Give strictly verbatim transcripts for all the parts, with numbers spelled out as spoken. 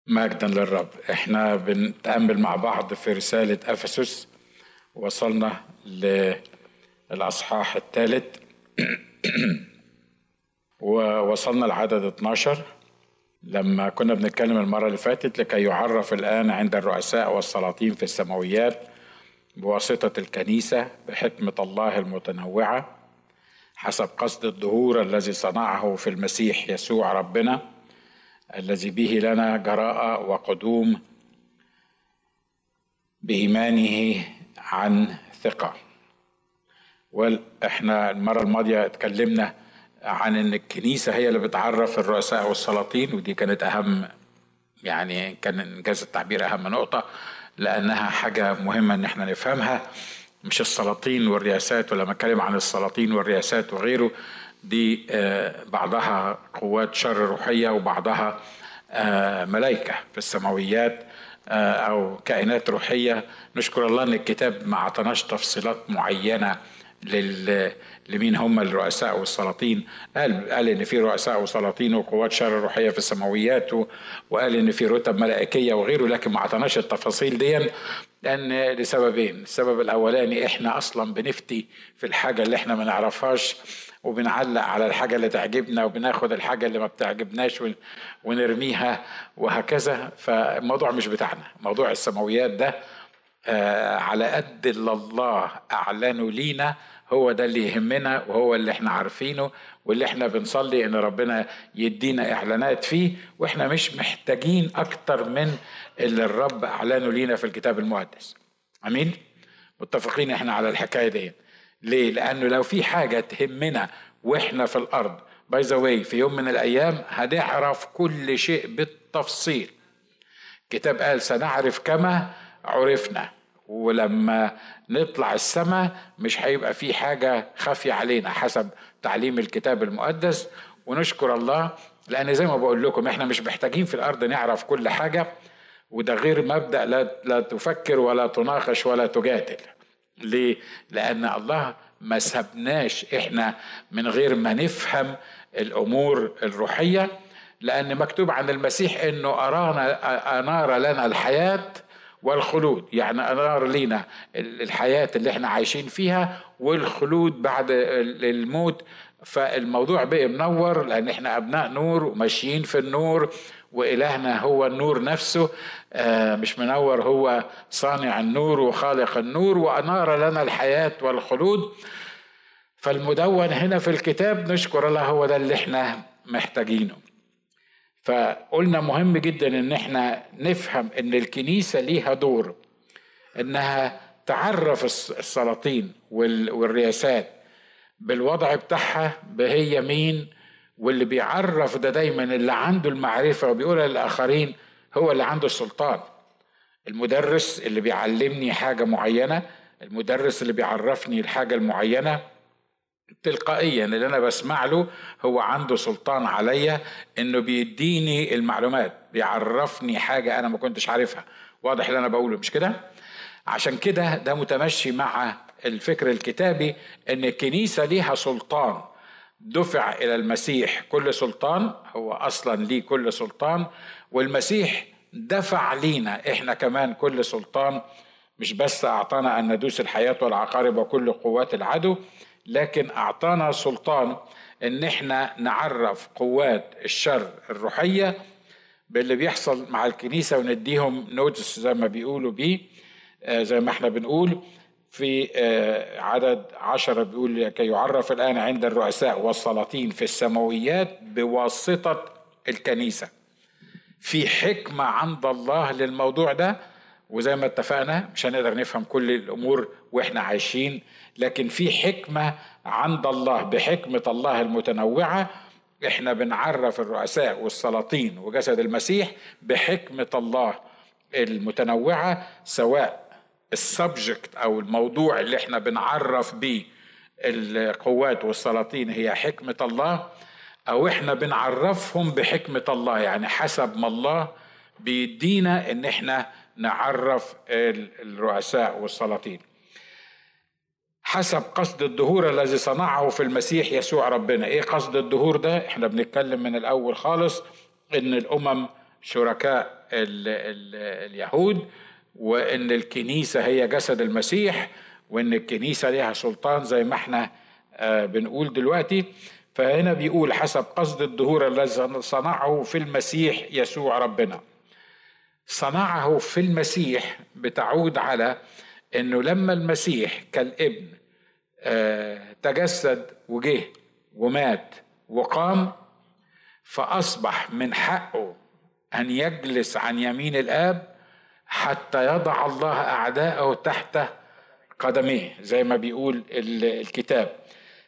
مجدا للرب. احنا بنتأمل مع بعض في رسالة أفسس، وصلنا للأصحاح الثالث ووصلنا لعدد اتناشر لما كنا بنتكلم المرة اللي فاتت: لكي يعرف الآن عند الرؤساء والسلاطين في السماويات بواسطة الكنيسة بحكمة الله المتنوعة حسب قصد الظهور الذي صنعه في المسيح يسوع ربنا، الذي به لنا جراءة وقدوم بإيمانه عن ثقة. وإحنا المرة الماضية اتكلمنا عن أن الكنيسة هي اللي بتعرف الرؤساء والسلاطين، ودي كانت أهم، يعني كان إنجاز التعبير أهم نقطة، لأنها حاجة مهمة أن احنا نفهمها. مش السلاطين والرئاسات، ولما اتكلم عن السلاطين والرئاسات وغيره دي بعضها قوات شر روحية وبعضها ملائكة في السماويات أو كائنات روحية. نشكر الله أن الكتاب ما عطناش تفصيلات معينة لمين هم الرؤساء والسلاطين. قال قال ان في رؤساء وسلاطين وقوات شر روحيه في السماويات، وقال ان في رتب ملائكيه وغيره، لكن ما عطناش التفاصيل دي لان لسببين. السبب الاولاني احنا اصلا بنفتي في الحاجه اللي احنا ما نعرفهاش، وبنعلق على الحاجه اللي تعجبنا وبناخد الحاجه اللي ما بتعجبناش ونرميها وهكذا. فالموضوع مش بتاعنا. موضوع السماويات ده آه على قد اللي الله اعلنه لينا هو ده اللي يهمنا، وهو اللي احنا عارفينه، واللي احنا بنصلي ان ربنا يدينا اعلانات فيه، واحنا مش محتاجين اكتر من اللي الرب اعلنه لينا في الكتاب المقدس. امين؟ متفقين احنا على الحكايه دي. ليه؟ لانه لو في حاجه تهمنا واحنا في الارض باي ذا واي في يوم من الايام هنعرف كل شيء بالتفصيل. الكتاب قال سنعرف كما عرفنا، ولما نطلع السماء مش هيبقى في حاجة خافية علينا حسب تعليم الكتاب المقدس. ونشكر الله، لأن زي ما بقول لكم احنا مش محتاجين في الأرض نعرف كل حاجة، وده غير مبدأ لا, لا تفكر ولا تناقش ولا تجادل. ليه؟ لأن الله ما سبناش احنا من غير ما نفهم الأمور الروحية، لأن مكتوب عن المسيح انه أرانا أنار لنا الحياة والخلود، يعني أنار لنا الحياة اللي احنا عايشين فيها والخلود بعد الموت. فالموضوع بقى منور لأن احنا أبناء نور وماشيين في النور، وإلهنا هو النور نفسه، آه مش منور، هو صانع النور وخالق النور، وأنار لنا الحياة والخلود. فالمدون هنا في الكتاب نشكر الله هو ده اللي احنا محتاجينه. فقلنا مهم جدا ان احنا نفهم ان الكنيسة ليها دور انها تعرف السلاطين والرئاسات بالوضع بتاعها بهي مين، واللي بيعرف ده دايما اللي عنده المعرفة وبيقولها للآخرين هو اللي عنده السلطان. المدرس اللي بيعلمني حاجة معينة، المدرس اللي بيعرفني الحاجة المعينة، تلقائيا اللي انا بسمع له هو عنده سلطان عليا انه بيديني المعلومات، بيعرفني حاجة انا ما كنتش عارفها. واضح اللي انا بقوله مش كده؟ عشان كده ده متمشي مع الفكر الكتابي ان الكنيسة ليها سلطان دفع الى المسيح. كل سلطان هو اصلا ليه كل سلطان، والمسيح دفع لينا احنا كمان كل سلطان. مش بس اعطانا ان ندوس الحياة والعقارب وكل قوات العدو، لكن اعطانا سلطان ان احنا نعرف قوات الشر الروحية باللي بيحصل مع الكنيسة، ونديهم نوتس زي ما بيقولوا بيه، آه زي ما احنا بنقول في آه عدد عشرة بيقول كي يعرف الآن عند الرؤساء والسلاطين في السماويات بواسطة الكنيسة. في حكمة عند الله للموضوع ده، وزي ما اتفقنا مش هنقدر نفهم كل الأمور وإحنا عايشين، لكن في حكمة عند الله بحكمة الله المتنوعة. إحنا بنعرف الرؤساء والسلاطين وجسد المسيح بحكمة الله المتنوعة، سواء السبجكت أو الموضوع اللي إحنا بنعرف بيه القوات والسلاطين هي حكمة الله، أو إحنا بنعرفهم بحكمة الله، يعني حسب ما الله بيدينا إن إحنا نعرف الرؤساء والسلاطين حسب قصد الظهور الذي صنعه في المسيح يسوع ربنا. ايه قصد الظهور ده؟ احنا بنتكلم من الاول خالص ان الامم شركاء ال ال اليهود، وان الكنيسة هي جسد المسيح، وان الكنيسة ليها سلطان زي ما احنا آه بنقول دلوقتي. فهنا بيقول حسب قصد الدهور الذي صنعه في المسيح يسوع ربنا. صنعه في المسيح بتعود على انه لما المسيح كالابن آه تجسد وجه ومات وقام، فأصبح من حقه أن يجلس عن يمين الآب حتى يضع الله أعداءه تحت قدميه زي ما بيقول الكتاب.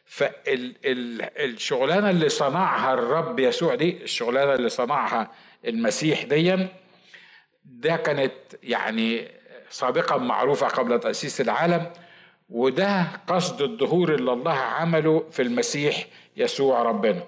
فالشغلانة اللي صنعها الرب يسوع دي، الشغلانة اللي صنعها المسيح دي، ده كانت يعني سابقا معروفة قبل تأسيس العالم، وده قصد الظهور اللي الله عمله في المسيح يسوع ربنا.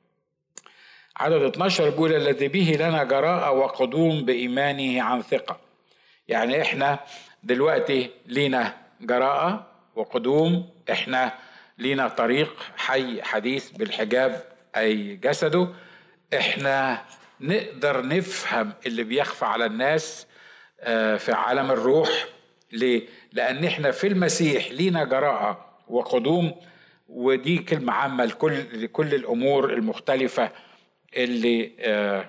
عدد اتناشر بيقول الذي به لنا جراءة وقدوم بإيمانه عن ثقة. يعني احنا دلوقتي لينا جراءة وقدوم، احنا لينا طريق حي حديث بالحجاب أي جسده، احنا نقدر نفهم اللي بيخفى على الناس في عالم الروح. ليه؟ لأن احنا في المسيح لينا جراءة وقدوم، ودي كلمة عامة لكل, لكل الأمور المختلفة اللي آه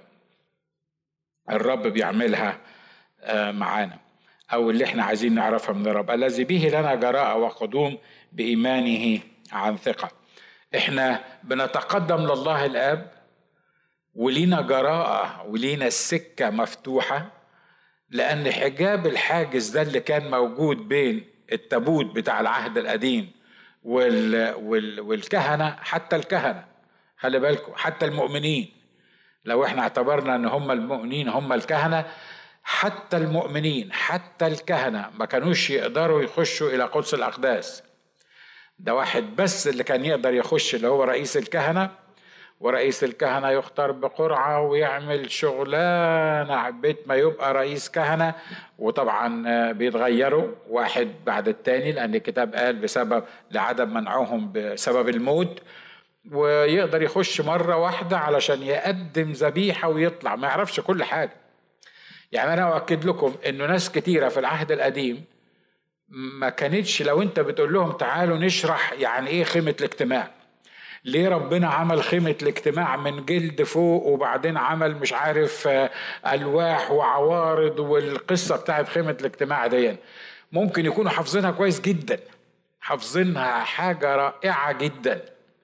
الرب بيعملها آه معانا، أو اللي احنا عايزين نعرفها من الرب. الذي به لنا جراءة وقدوم بإيمانه عن ثقة. احنا بنتقدم لله الآب ولينا جراءة ولينا السكة مفتوحة، لأن حجاب الحاجز ده اللي كان موجود بين التابوت بتاع العهد القديم وال وال والكهنة، حتى الكهنة خلي بالكم، حتى المؤمنين لو احنا اعتبرنا ان هم المؤمنين هم الكهنة، حتى المؤمنين حتى الكهنة ما كانوش يقدروا يخشوا الى قدس الاقداس. ده واحد بس اللي كان يقدر يخش، اللي هو رئيس الكهنة، ورئيس الكهنة يختار بقرعة ويعمل شغلانة بيت ما يبقى رئيس كهنة، وطبعا بيتغيروا واحد بعد التاني لأن الكتاب قال بسبب لعدم منعهم بسبب الموت، ويقدر يخش مرة واحدة علشان يقدم ذبيحة ويطلع، ما يعرفش كل حاجة. يعني أنا أؤكد لكم إنه ناس كتيرة في العهد القديم ما كانتش، لو أنت بتقول لهم تعالوا نشرح يعني إيه خيمة الاجتماع، ليه ربنا عمل خيمة الاجتماع من جلد فوق وبعدين عمل مش عارف ألواح وعوارض والقصة بتاعت خيمة الاجتماع دي، ممكن يكونوا حافظينها كويس جدا، حافظينها حاجة رائعة جدا،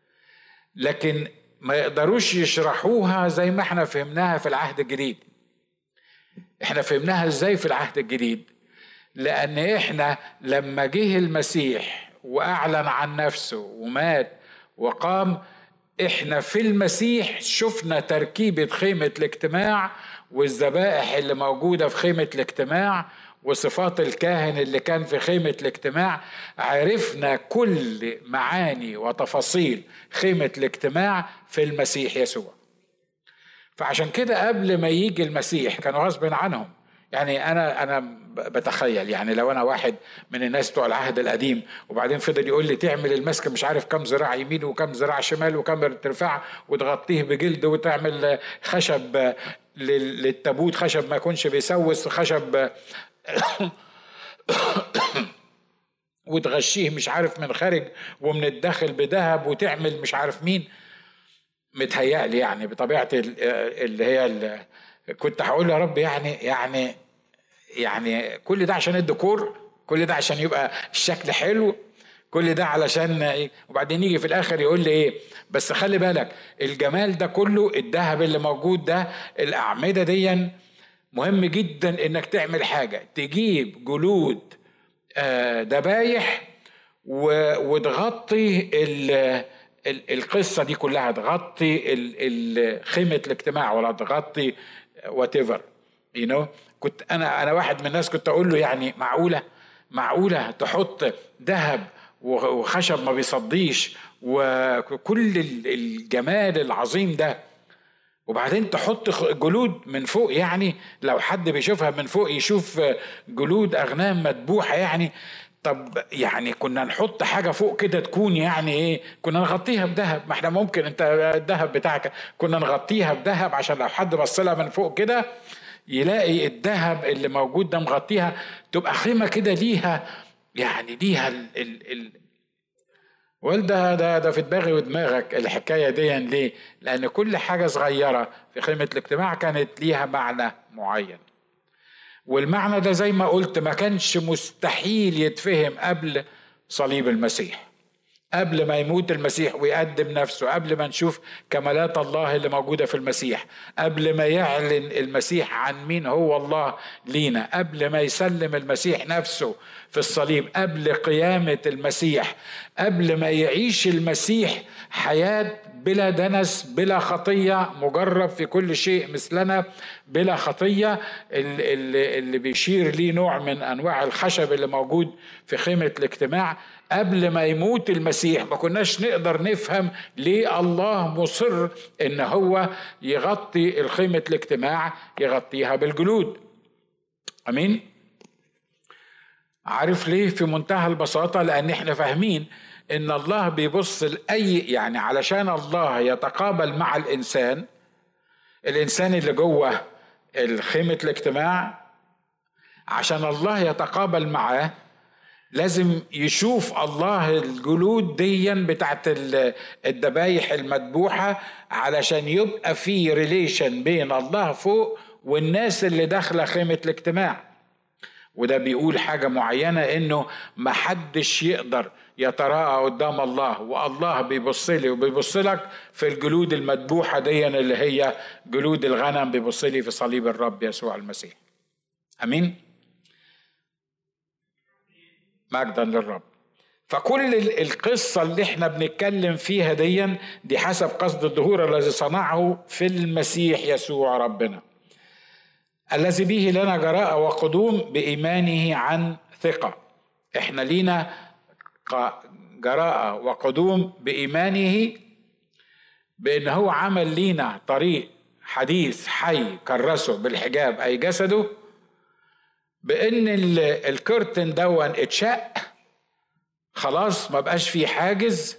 لكن ما يقدروش يشرحوها زي ما احنا فهمناها في العهد الجديد. احنا فهمناها ازاي في العهد الجديد؟ لأن احنا لما جه المسيح وأعلن عن نفسه ومات وقام، احنا في المسيح شفنا تركيبة خيمة الاجتماع والذبائح اللي موجودة في خيمة الاجتماع وصفات الكاهن اللي كان في خيمة الاجتماع. عرفنا كل معاني وتفاصيل خيمة الاجتماع في المسيح يسوع. فعشان كده قبل ما يجي المسيح كانوا غصب عنهم. يعني أنا أنا بتخيل، يعني لو أنا واحد من الناس بتوع العهد القديم وبعدين فضل يقول لي تعمل المسك مش عارف كم ذراع يمين وكم ذراع شمال وكم ارتفاع وتغطيه بجلد وتعمل خشب للتابوت، خشب ما يكونش بيسوس، خشب وتغشيه مش عارف من خارج ومن الداخل بذهب وتعمل مش عارف مين، متهيألي يعني بطبيعة اللي هي اللي كنت هقول يا رب يعني يعني يعني كل ده عشان الديكور، كل ده عشان يبقى الشكل حلو، كل ده علشان ايه؟ وبعدين يجي في الاخر يقول لي ايه؟ بس خلي بالك الجمال ده كله، الذهب اللي موجود ده، الاعمده دي، مهم جدا انك تعمل حاجه، تجيب جلود ذبايح وتغطي القصه دي كلها، تغطي خيمه الاجتماع ولا تغطي whatever you know. كنت انا انا واحد من الناس كنت اقول له يعني معقوله معقوله تحط ذهب وخشب ما بيصديش وكل الجمال العظيم ده وبعدين تحط جلود من فوق؟ يعني لو حد بيشوفها من فوق يشوف جلود اغنام مذبوحه، يعني طب يعني كنا نحط حاجة فوق كده تكون يعني ايه، كنا نغطيها بذهب. ما احنا ممكن انت الذهب بتاعك كنا نغطيها بذهب عشان لو حد بص لها من فوق كده يلاقي الذهب اللي موجود ده مغطيها، تبقى خيمة كده ليها يعني ليها ال ال ال والده ده ده في دماغي ودماغك الحكاية دي. ليه؟ لأن كل حاجة صغيرة في خيمة الاجتماع كانت ليها معنى معين، والمعنى ده زي ما قلت ما كانش مستحيل يتفهم قبل صليب المسيح، قبل ما يموت المسيح ويقدم نفسه، قبل ما نشوف كمالات الله اللي موجودة في المسيح، قبل ما يعلن المسيح عن مين هو الله لينا، قبل ما يسلم المسيح نفسه في الصليب، قبل قيامة المسيح، قبل ما يعيش المسيح حياة بلا دنس بلا خطية، مجرب في كل شيء مثلنا بلا خطية، اللي, اللي بيشير ليه نوع من أنواع الخشب اللي موجود في خيمة الاجتماع. قبل ما يموت المسيح ما كناش نقدر نفهم ليه الله مصر إن هو يغطي الخيمة الاجتماع، يغطيها بالجلود. أمين؟ عارف ليه؟ في منتهى البساطة، لأن احنا فاهمين إن الله بيبص لأي يعني علشان الله يتقابل مع الإنسان، الإنسان اللي جوه الخيمة الاجتماع، عشان الله يتقابل معاه لازم يشوف الله الجلود ديا بتاعت الذبايح المذبوحة، علشان يبقى في ريليشن بين الله فوق والناس اللي داخلة خيمة الاجتماع. وده بيقول حاجة معينة، انه ما حدش يقدر يتراءى قدام الله، والله بيبص لي وبيبص لك في الجلود المذبوحة دي اللي هي جلود الغنم، بيبص لي في صليب الرب يسوع المسيح. امين؟ مجدا للرب. فكل القصة اللي احنا بنتكلم فيها دي دي حسب قصد الظهور الذي صنعه في المسيح يسوع ربنا، الذي به لنا جراءة وقدوم بإيمانه عن ثقة. احنا لينا جراءة وقدوم بإيمانه، بأن هو عمل لينا طريق حديث حي كرسه بالحجاب أي جسده، بأن الكرتن دون اتشق خلاص ما بقاش فيه حاجز.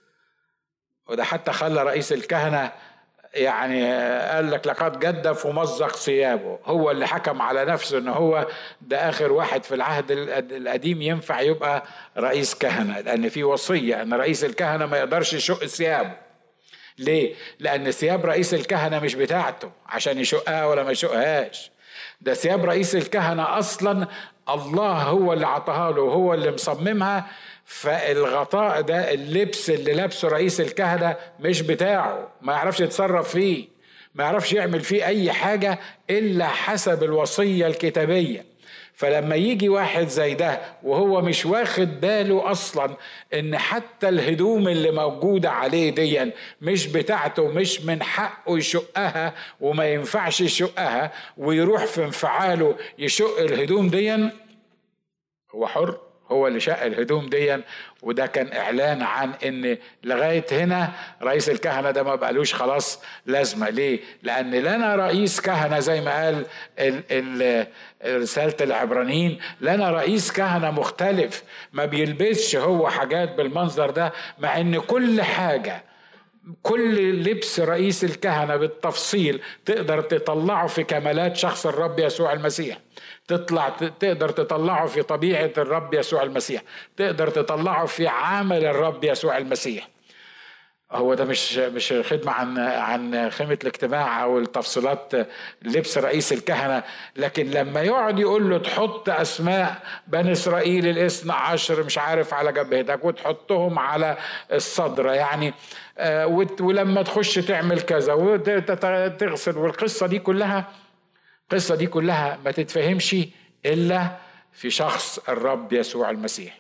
وده حتى خلى رئيس الكهنة يعني قال لك لقد جدف ومزق ثيابه، هو اللي حكم على نفسه ان هو ده اخر واحد في العهد القديم ينفع يبقى رئيس كهنة، لان في وصية ان رئيس الكهنة ما يقدرش يشق ثيابه. ليه؟ لان ثياب رئيس الكهنة مش بتاعته عشان يشقها ولا ما يشقهاش، ده ثياب رئيس الكهنة اصلا الله هو اللي عطاها له وهو اللي مصممها. فالغطاء ده اللبس اللي لابسه رئيس الكهنة مش بتاعه، ما يعرفش يتصرف فيه، ما يعرفش يعمل فيه اي حاجة الا حسب الوصية الكتابية. فلما يجي واحد زي ده وهو مش واخد باله اصلا ان حتى الهدوم اللي موجودة عليه دي مش بتاعته، مش من حقه يشقها وما ينفعش يشقها، ويروح في انفعاله يشق الهدوم دي، هو حر، هو اللي شق الهدوم دي. وده كان اعلان عن ان لغاية هنا رئيس الكهنة ده ما بقالوش خلاص لازمة. ليه؟ لان لنا رئيس كهنة زي ما قال ال ال رسالة العبرانيين، لنا رئيس كهنة مختلف ما بيلبسش هو حاجات بالمنظر ده، مع ان كل حاجة كل لبس رئيس الكهنة بالتفصيل تقدر تطلعه في كمالات شخص الرب يسوع المسيح، تطلع تقدر تطلعه في طبيعة الرب يسوع المسيح، تقدر تطلعه في عمل الرب يسوع المسيح. هو ده مش مش خدمة عن عن خيمة الاجتماع او التفصيلات لبس رئيس الكهنة، لكن لما يقعد يقول له تحط اسماء بني اسرائيل الاثنى عشر مش عارف على جبهتك وتحطهم على الصدر يعني، ولما تخش تعمل كذا وتغسل، والقصة دي كلها القصة دي كلها ما تتفهمش إلا في شخص الرب يسوع المسيح.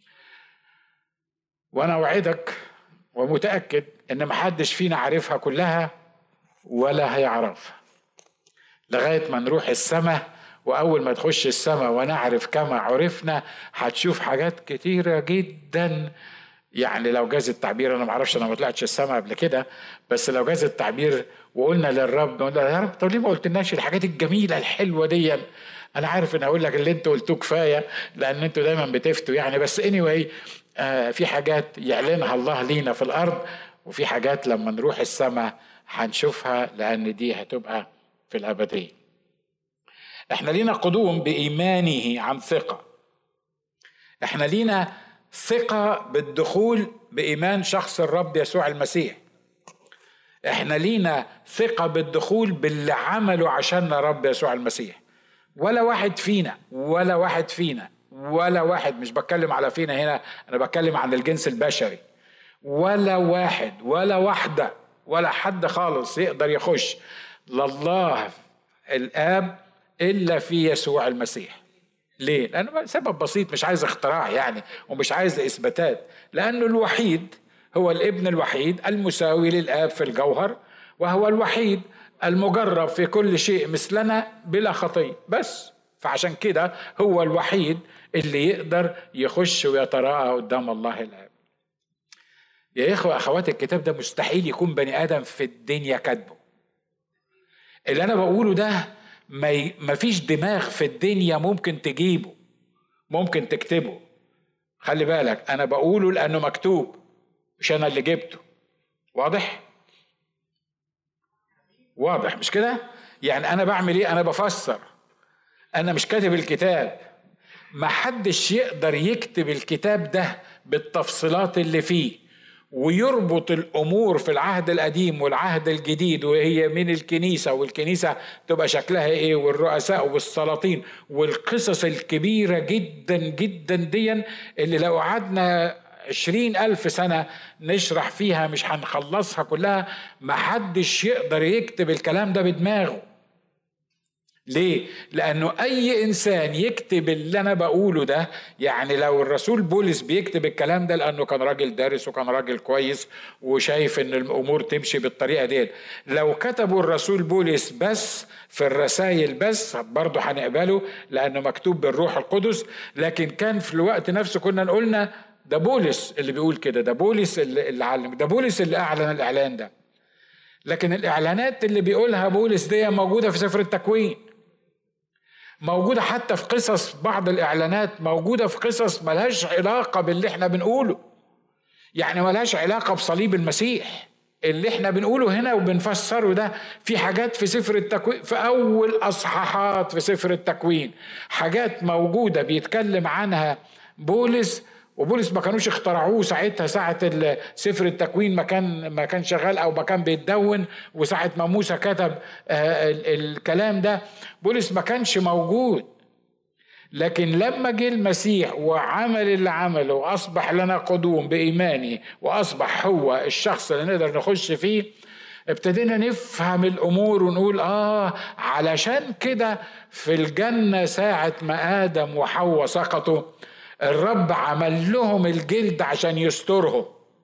وأنا وعدك ومتأكد إن محدش فينا عارفها كلها ولا هيعرفها لغاية ما نروح السماء. وأول ما تخش السماء ونعرف كما عرفنا هتشوف حاجات كتيرة جدا يعني لو جاز التعبير، انا ما اعرفش، انا ما طلعتش السما قبل كده، بس لو جاز التعبير وقلنا للرب، نقول له يا رب طب ليه ما قلتلناش الحاجات الجميله الحلوه دي؟ انا عارف ان اقول لك اللي انتوا قلتوه كفايه لان انتوا دايما بتفتوا يعني، بس anyway آه في حاجات يعلنها الله لينا في الارض، وفي حاجات لما نروح السما هنشوفها لان دي هتبقى في الابديه. احنا لينا قدوم بايمانه عن ثقه. احنا لينا ثقة بالدخول بإيمان شخص الرب يسوع المسيح. احنا لينا ثقة بالدخول باللي عمله عشاننا رب يسوع المسيح. ولا واحد فينا ولا واحد فينا ولا واحد، مش بتكلم على فينا هنا، أنا بتكلم عن الجنس البشري، ولا واحد ولا واحدة ولا حد خالص يقدر يخش لله الآب إلا في يسوع المسيح. ليه؟ لأنه سبب بسيط، مش عايز اختراع يعني ومش عايز إثباتات، لأنه الوحيد هو الابن الوحيد المساوي للآب في الجوهر، وهو الوحيد المجرب في كل شيء مثلنا بلا خطية بس. فعشان كده هو الوحيد اللي يقدر يخش ويتراءى قدام الله الآب. يا إخوة أخوات، الكتاب ده مستحيل يكون بني آدم في الدنيا كاتبه. اللي أنا بقوله ده ما فيش دماغ في الدنيا ممكن تجيبه، ممكن تكتبه. خلي بالك أنا بقوله لأنه مكتوب، مش أنا اللي جبته. واضح؟ واضح مش كده؟ يعني أنا بعمل إيه؟ أنا بفسر، أنا مش كاتب الكتاب. ما حدش يقدر يكتب الكتاب ده بالتفصيلات اللي فيه ويربط الأمور في العهد القديم والعهد الجديد، وهي من الكنيسة، والكنيسة تبقى شكلها إيه، والرؤساء والسلاطين والقصص الكبيرة جدا جدا دي اللي لو قعدنا عشرين ألف سنة نشرح فيها مش هنخلصها كلها. ما حدش يقدر يكتب الكلام ده بدماغه. ليه؟ لأنه أي إنسان يكتب اللي أنا بقوله ده، يعني لو الرسول بولس بيكتب الكلام ده لأنه كان راجل دارس وكان راجل كويس وشايف إن الأمور تمشي بالطريقة دي، لو كتبوا الرسول بولس بس في الرسائل بس برضه هنقبله لأنه مكتوب بالروح القدس. لكن كان في الوقت نفسه كنا نقولنا ده بولس اللي بيقول كده، ده بولس اللي علم، ده بولس اللي أعلن الإعلان ده. لكن الإعلانات اللي بيقولها بولس دي موجودة في سفر التكوين، موجودة حتى في قصص، بعض الإعلانات موجودة في قصص ملهاش علاقة باللي احنا بنقوله، يعني ملهاش علاقة بصليب المسيح. اللي احنا بنقوله هنا وبنفسره ده في حاجات في سفر التكوين، في أول أصحاحات في سفر التكوين، حاجات موجودة بيتكلم عنها بولس، وبولس ما كانوش اخترعوه ساعتها، ساعة سفر التكوين ما كان ما كان شغال او ما كان بيتدون، وساعة ما موسى كتب الكلام ده بولس ما كانش موجود. لكن لما جه المسيح وعمل اللي عمله واصبح لنا قدوم بإيمانه واصبح هو الشخص اللي نقدر نخش فيه، ابتدينا نفهم الامور ونقول اه علشان كده في الجنة ساعة ما آدم وحواء سقطوا الرب عمل لهم الجلد عشان يسترهم،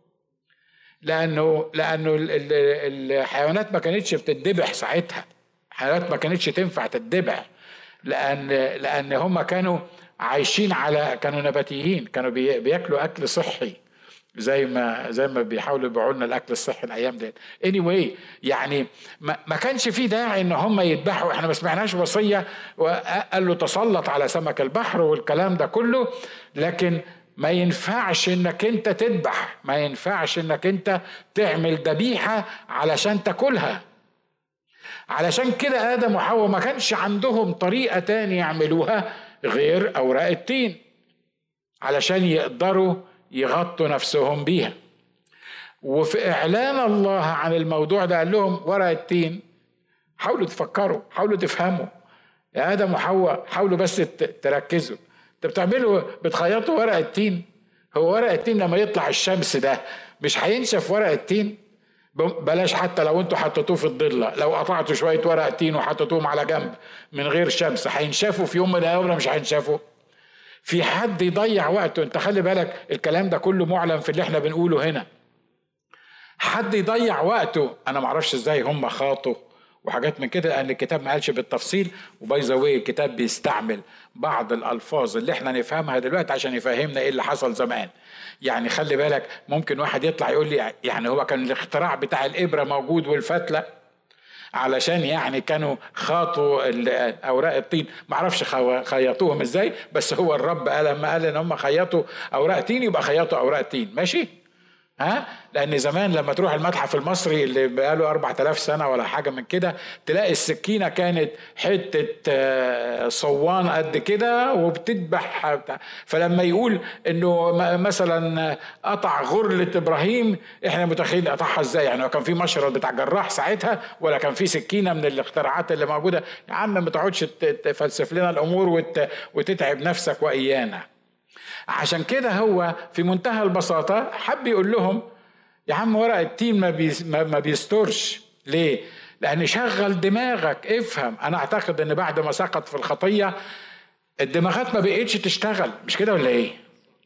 لأنه لأنه الحيوانات ما كانتش بتتذبح ساعتها، الحيوانات ما كانتش تنفع تتذبح، لأن لأن هم كانوا عايشين على، كانوا نباتيين، كانوا بياكلوا أكل صحي زي ما زي ما بيحاولوا يبيعوا لنا الاكل الصحي الايام دي. anyway يعني ما, ما كانش في داعي ان هم يذبحوا، احنا ما سمعناش وصيه وقال له تسلط على سمك البحر والكلام ده كله، لكن ما ينفعش انك انت تذبح، ما ينفعش انك انت تعمل ذبيحه علشان تاكلها. علشان كده ادم وحواء ما كانش عندهم طريقه تانية يعملوها غير اوراق التين علشان يقدروا يغطوا نفسهم بيها. وفي إعلان الله عن الموضوع ده قال لهم ورق التين، حاولوا تفكروا، حاولوا تفهموا يا آدم وحواء، حاولوا بس تركزوا. انت بتعملوا بتخيطوا ورق التين، هو ورق التين لما يطلع الشمس ده مش هينشف ورق التين؟ بلاش حتى لو انتوا حطيتوه في الضلة، لو قطعتوا شوية ورق تين وحطيتوهم على جنب من غير شمس هينشفوا في يوم من الأيام ولا مش هينشفوا؟ في حد يضيع وقته؟ انت خلي بالك الكلام ده كله معلن في اللي احنا بنقوله هنا. حد يضيع وقته؟ انا معرفش ازاي هم خاطوا وحاجات من كده، لان الكتاب ما قالش بالتفصيل. وباي ذا واي الكتاب بيستعمل بعض الالفاظ اللي احنا نفهمها دلوقتي عشان يفهمنا ايه اللي حصل زمان. يعني خلي بالك، ممكن واحد يطلع يقول لي يعني هو كان الاختراع بتاع الابره موجود والفتله علشان يعني كانوا خاطوا اوراق الطين، معرفش خيطوهم ازاي، بس هو الرب قال لما قال ان هم خيطوا اوراق طين يبقى خيطوا اوراق طين، ماشي؟ ها؟ لان زمان لما تروح المتحف المصري اللي بقاله أربعة آلاف سنة ولا حاجة من كده، تلاقي السكينة كانت حتة صوان قد كده وبتذبح. فلما يقول انه مثلا قطع غرلة ابراهيم، احنا متخيلين قطعها ازاي؟ يعني كان في مشرط بتاع جراح ساعتها ولا كان في سكينة من الاختراعات اللي موجودة؟ يا عم ما تقعدش تفلسف لنا الامور وتتعب نفسك وايانا. عشان كده هو في منتهى البساطة حب يقول لهم يا عم ورق التين ما, بي ما بيسترش. ليه؟ لأن شغل دماغك، افهم. أنا أعتقد أن بعد ما سقط في الخطية الدماغات ما بقيتش تشتغل، مش كده ولا إيه؟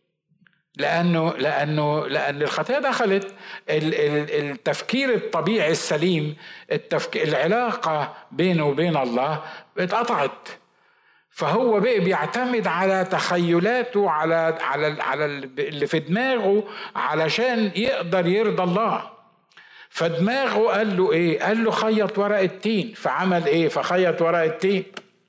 لأنه لأنه لأن الخطية دخلت التفكير الطبيعي السليم، التفكير العلاقة بينه وبين الله اتقطعت. فهو بقى بيعتمد على تخيلاته، على على على اللي في دماغه علشان يقدر يرضى الله. فدماغه قال له ايه؟ قال له خيط ورق التين. فعمل ايه؟ فخيط ورق التين.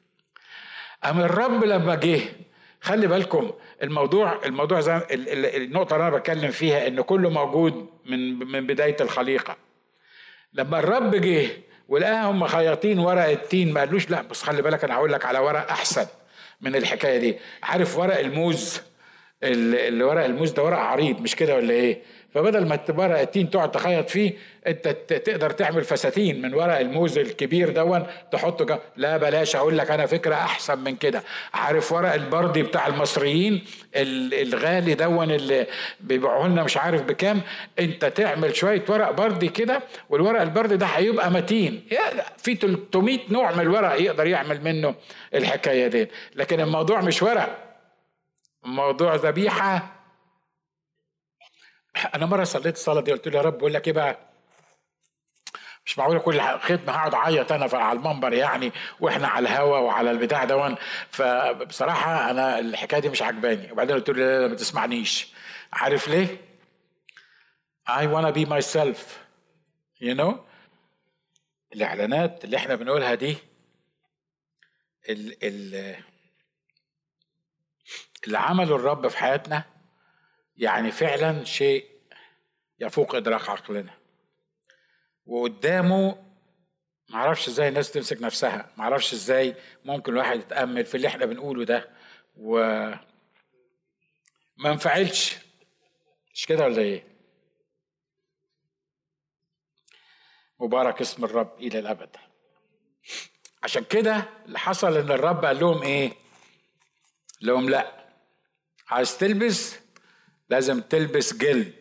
أم الرب لما جه، خلي بالكم الموضوع الموضوع زي النقطة اللي انا بتكلم فيها ان كله موجود من من بداية الخليقة. لما الرب جه ولقاهم خياطين ورق التين، ما قالوش لا بس خلي بالك انا هقول لك على ورق احسن من الحكايه دي. عارف ورق الموز؟ اللي ورق الموز ده ورق عريض، مش كده ولا ايه؟ فبدل ما ورق التين تقعد تخيط فيه، انت تقدر تعمل فساتين من ورق الموز الكبير دون تحطه جا. لا بلاش، اقول لك انا فكره احسن من كده. عارف ورق البردي بتاع المصريين الغالي دون اللي بيبيعوه لنا مش عارف بكام؟ انت تعمل شويه ورق بردي كده، والورق البردي ده هيبقى متين. في ثلاثمائة نوع من الورق يقدر يعمل منه الحكايه دي. لكن الموضوع مش ورق، الموضوع ذبيحه. انا مره صليت الصلاه دي قلت له يا رب بقول لك ايه بقى، مش معقوله كل خدمه هقعد اعيط انا على المنبر يعني واحنا على الهوا وعلى البتاع دون. فبصراحه انا الحكايه دي مش عجباني. وبعدين قلت له لا لا ما تسمعنيش. عارف ليه؟ I wanna be myself you know. الاعلانات اللي احنا بنقولها دي ال ال اللي عمله الرب في حياتنا يعني فعلا شيء يفوق إدراك عقلنا. وقدامه معرفش ازاي الناس تمسك نفسها، معرفش ازاي ممكن الواحد يتأمل في اللي احنا بنقوله ده وما انفعلش، مش كده ولا ايه؟ مبارك اسم الرب إلى الأبد. عشان كده اللي حصل ان الرب قال لهم ايه؟ لهم لا، عايز تلبس لازم تلبس جلد.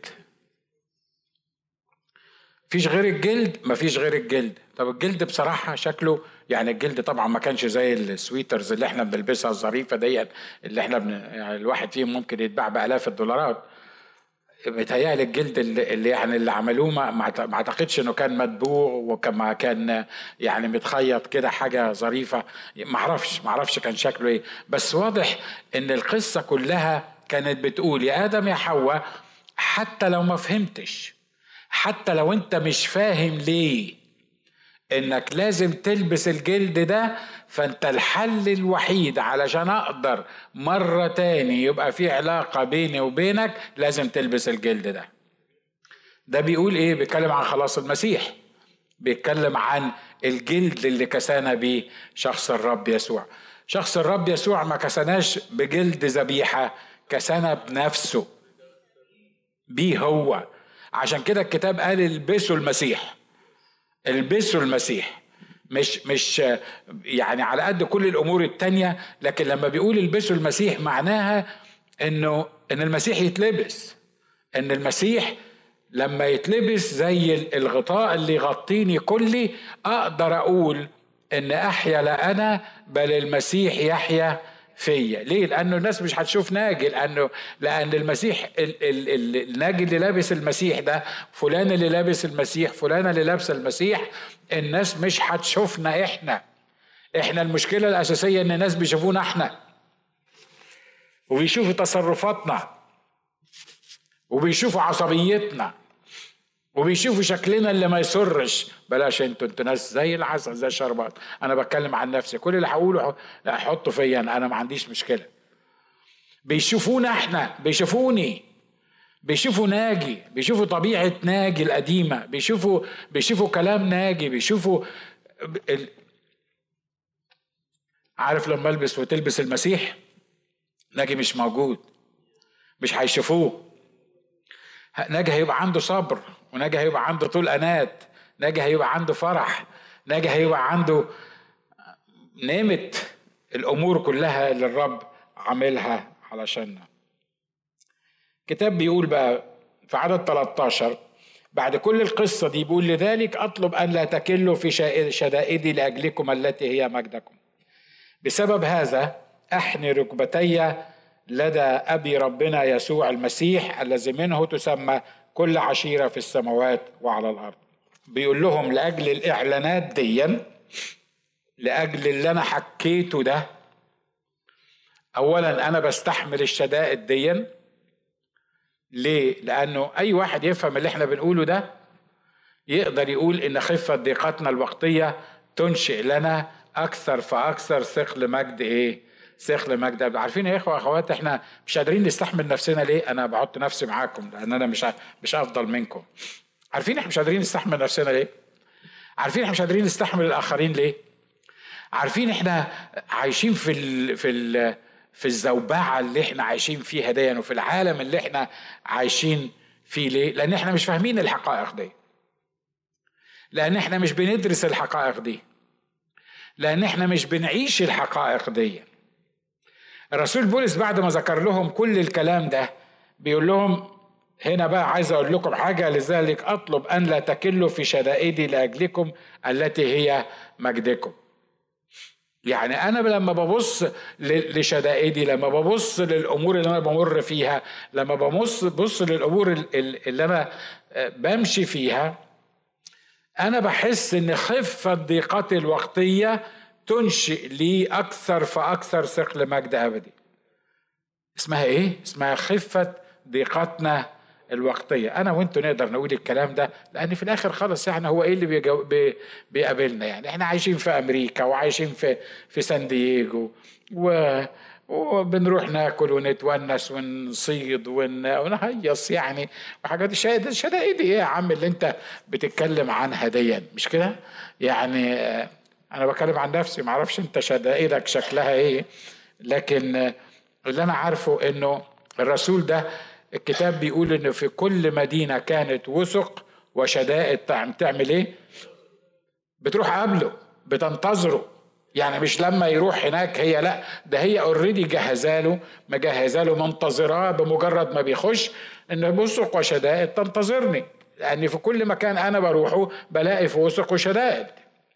فيش غير الجلد؟ مفيش غير الجلد. طب الجلد بصراحة شكله يعني الجلد طبعا ما كانش زي السويترز اللي احنا بنلبسها الظريفة دي اللي احنا بن... يعني الواحد فيهم ممكن يتباع بآلاف الدولارات. متهيألي الجلد اللي, اللي يعني اللي عملوه ما, ما اعتقدش انه كان مدبوغ وكما كان يعني متخيط كده حاجة ظريفة. ما اعرفش ما اعرفش كان شكله ايه. بس واضح ان القصة كلها كانت بتقول يا آدم يا حواء، حتى لو ما فهمتش، حتى لو انت مش فاهم ليه انك لازم تلبس الجلد ده، فانت الحل الوحيد علشان اقدر مرة تاني يبقى في علاقة بيني وبينك لازم تلبس الجلد ده. ده بيقول ايه؟ بيتكلم عن خلاص المسيح، بيتكلم عن الجلد اللي كسانا بيه شخص الرب يسوع. شخص الرب يسوع ما كسناش بجلد ذبيحة، كسانا بنفسه بيه هو. عشان كده الكتاب قال البسوا المسيح، البسوا المسيح. مش مش يعني على قد كل الامور التانية، لكن لما بيقول البسوا المسيح معناها انه ان المسيح يتلبس، ان المسيح لما يتلبس زي الغطاء اللي يغطيني كلي اقدر اقول ان احيا لا انا بل المسيح يحيا فيا. ليه؟ لانه الناس مش هتشوف ناجي، لانه لان المسيح ال ال ال الناجي اللي لابس المسيح ده، فلان اللي لابس المسيح، فلانه اللي لابسه المسيح، الناس مش هتشوفنا احنا. احنا المشكله الاساسيه ان الناس بيشوفونا احنا، وبيشوفوا تصرفاتنا، وبيشوفوا عصبيتنا، وبيشوفوا شكلنا اللي ما يسرش. بلاش انتوا انتوا ناس زي العسل زي الشربات. انا بتكلم عن نفسي، كل اللي هقوله احطه فيا انا, أنا ما عنديش مشكله. بيشوفونا احنا، بيشوفوني، بيشوفوا ناجي، بيشوفوا طبيعه ناجي القديمه، بيشوفوا بيشوفوا كلام ناجي، بيشوفوا ال... عارف لما البس وتلبس المسيح، ناجي مش موجود، مش هيشوفوه. ناجي هيبقى عنده صبر، وناجي هيبقى عنده طول أنات، ناجي هيبقى عنده فرح، ناجي هيبقى عنده نعمت الأمور كلها اللي الرب عاملها علشاننا. كتاب بيقول بقى في عدد ثلاثة عشر بعد كل القصة دي، بيقول لذلك أطلب أن لا تكلوا في شدائدي لأجلكم التي هي مجدكم. بسبب هذا أحني ركبتي لدى أبي ربنا يسوع المسيح الذي منه تسمى كل عشيرة في السماوات وعلى الأرض. بيقول لهم لأجل الإعلانات دي، لأجل اللي أنا حكيته ده، أولا أنا بستحمل الشدائد دي. ليه؟ لأنه أي واحد يفهم اللي احنا بنقوله ده يقدر يقول إن خفة ضيقتنا الوقتية تنشئ لنا أكثر فأكثر ثقل مجد إيه؟ ثقل مجد. عارفين يا إخوة أخوات، إحنا مش قادرين نستحمل نفسنا ليه؟ أنا بحط نفسي معاكم لأن أنا مش مش أفضل منكم. عارفين إحنا مش قادرين نستحمل نفسنا ليه؟ عارفين إحنا مش قادرين نستحمل الآخرين ليه؟ عارفين إحنا عايشين في ال في ال في الزوبعة اللي إحنا عايشين فيها دي، وفي العالم اللي إحنا عايشين فيه ليه؟ لأن إحنا مش فاهمين الحقائق دي، لأن إحنا مش بندرس الحقائق دي، لأن إحنا مش بنعيش الحقائق دي. الرسول بولس بعد ما ذكر لهم كل الكلام ده بيقول لهم هنا بقى عايز أقول لكم حاجة، لذلك أطلب أن لا تكلوا في شدائدي لأجلكم التي هي مجدكم. يعني أنا لما ببص لشدائدي، لما ببص للأمور اللي أنا بمر فيها، لما ببص ببص للأمور اللي أنا بمشي فيها، أنا بحس إن خفة ضيقتي الوقتية تنشئ لي أكثر فأكثر ثقل مجد أبدي. اسمها إيه؟ اسمها خفة ضيقتنا الوقتية. أنا وإنتوا نقدر نقول الكلام ده لأن في الآخر خلص يعني هو إيه اللي بيجو... بي... بيقابلنا؟ يعني إحنا عايشين في أمريكا وعايشين في في سان دييغو و... وبنروح ناكل ونتونس ونصيد ون... ونهيص يعني وحاجات. الشدائد الشدائد ايه يا عم اللي انت بتتكلم عنها دي؟ مش كده يعني؟ انا بتكلم عن نفسي، معرفش انت شدائدك شكلها ايه، لكن اللي انا عارفه انه الرسول ده الكتاب بيقول انه في كل مدينة كانت وثق وشدائد تعمل ايه؟ بتروح قبله، بتنتظره. يعني مش لما يروح هناك هي، لا ده هي اوريدي جهزاله، مجهزاله، منتظراه بمجرد ما بيخش ان وثق وشدائد تنتظرني، لان في كل مكان انا بروحه بلاقي في وثق وشدائد.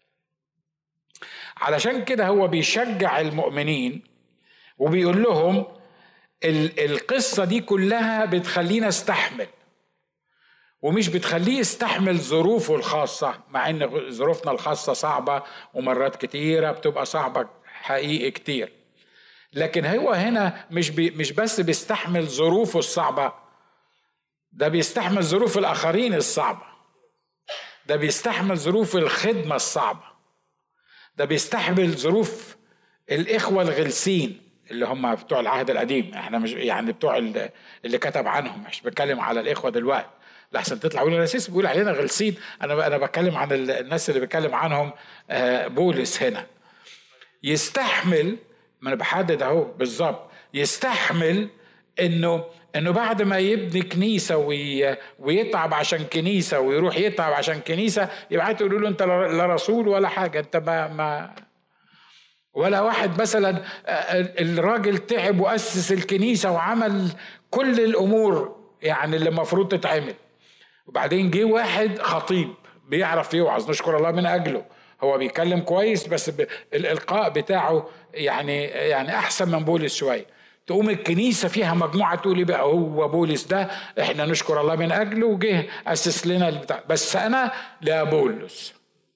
علشان كده هو بيشجع المؤمنين وبيقول لهم القصة دي كلها بتخلينا استحمل، ومش بتخليه يستحمل ظروفه الخاصة، مع ان ظروفنا الخاصة صعبة ومرات كتيرة بتبقى صعبة حقيقي كتير، لكن هو هنا مش بي مش بس بيستحمل ظروفه الصعبة، ده بيستحمل ظروف الآخرين الصعبة، ده بيستحمل ظروف الخدمة الصعبة، ده بيستحمل ظروف الإخوة الغلسين اللي هم بتوع العهد القديم. احنا مش يعني بتوع اللي كتب عنهم، مش بتكلم على الإخوة دلوقتي لحسن تطلع يقولوا الاساس بيقول علينا غلسين. انا انا بتكلم عن الناس اللي بيتكلم عنهم بولس هنا. يستحمل، ما انا بحدد اهو بالظبط، يستحمل انه انه بعد ما يبني كنيسه وي ويتعب عشان كنيسه ويروح يتعب عشان كنيسه، يبعتوا يقولوا له انت لا رسول ولا حاجه، انت ما, ما ولا واحد مثلا الراجل تعب واسس الكنيسه وعمل كل الامور يعني اللي المفروض تتعمل، وبعدين جه واحد خطيب بيعرف يوعظ، نشكر الله من اجله، هو بيتكلم كويس بس الإلقاء بتاعه يعني يعني أحسن من بولس شوية. تقوم الكنيسة فيها مجموعة تقول لي بقى هو بولس ده احنا نشكر الله من أجله وجه أسس لنا البتاع، بس أنا لا بولس.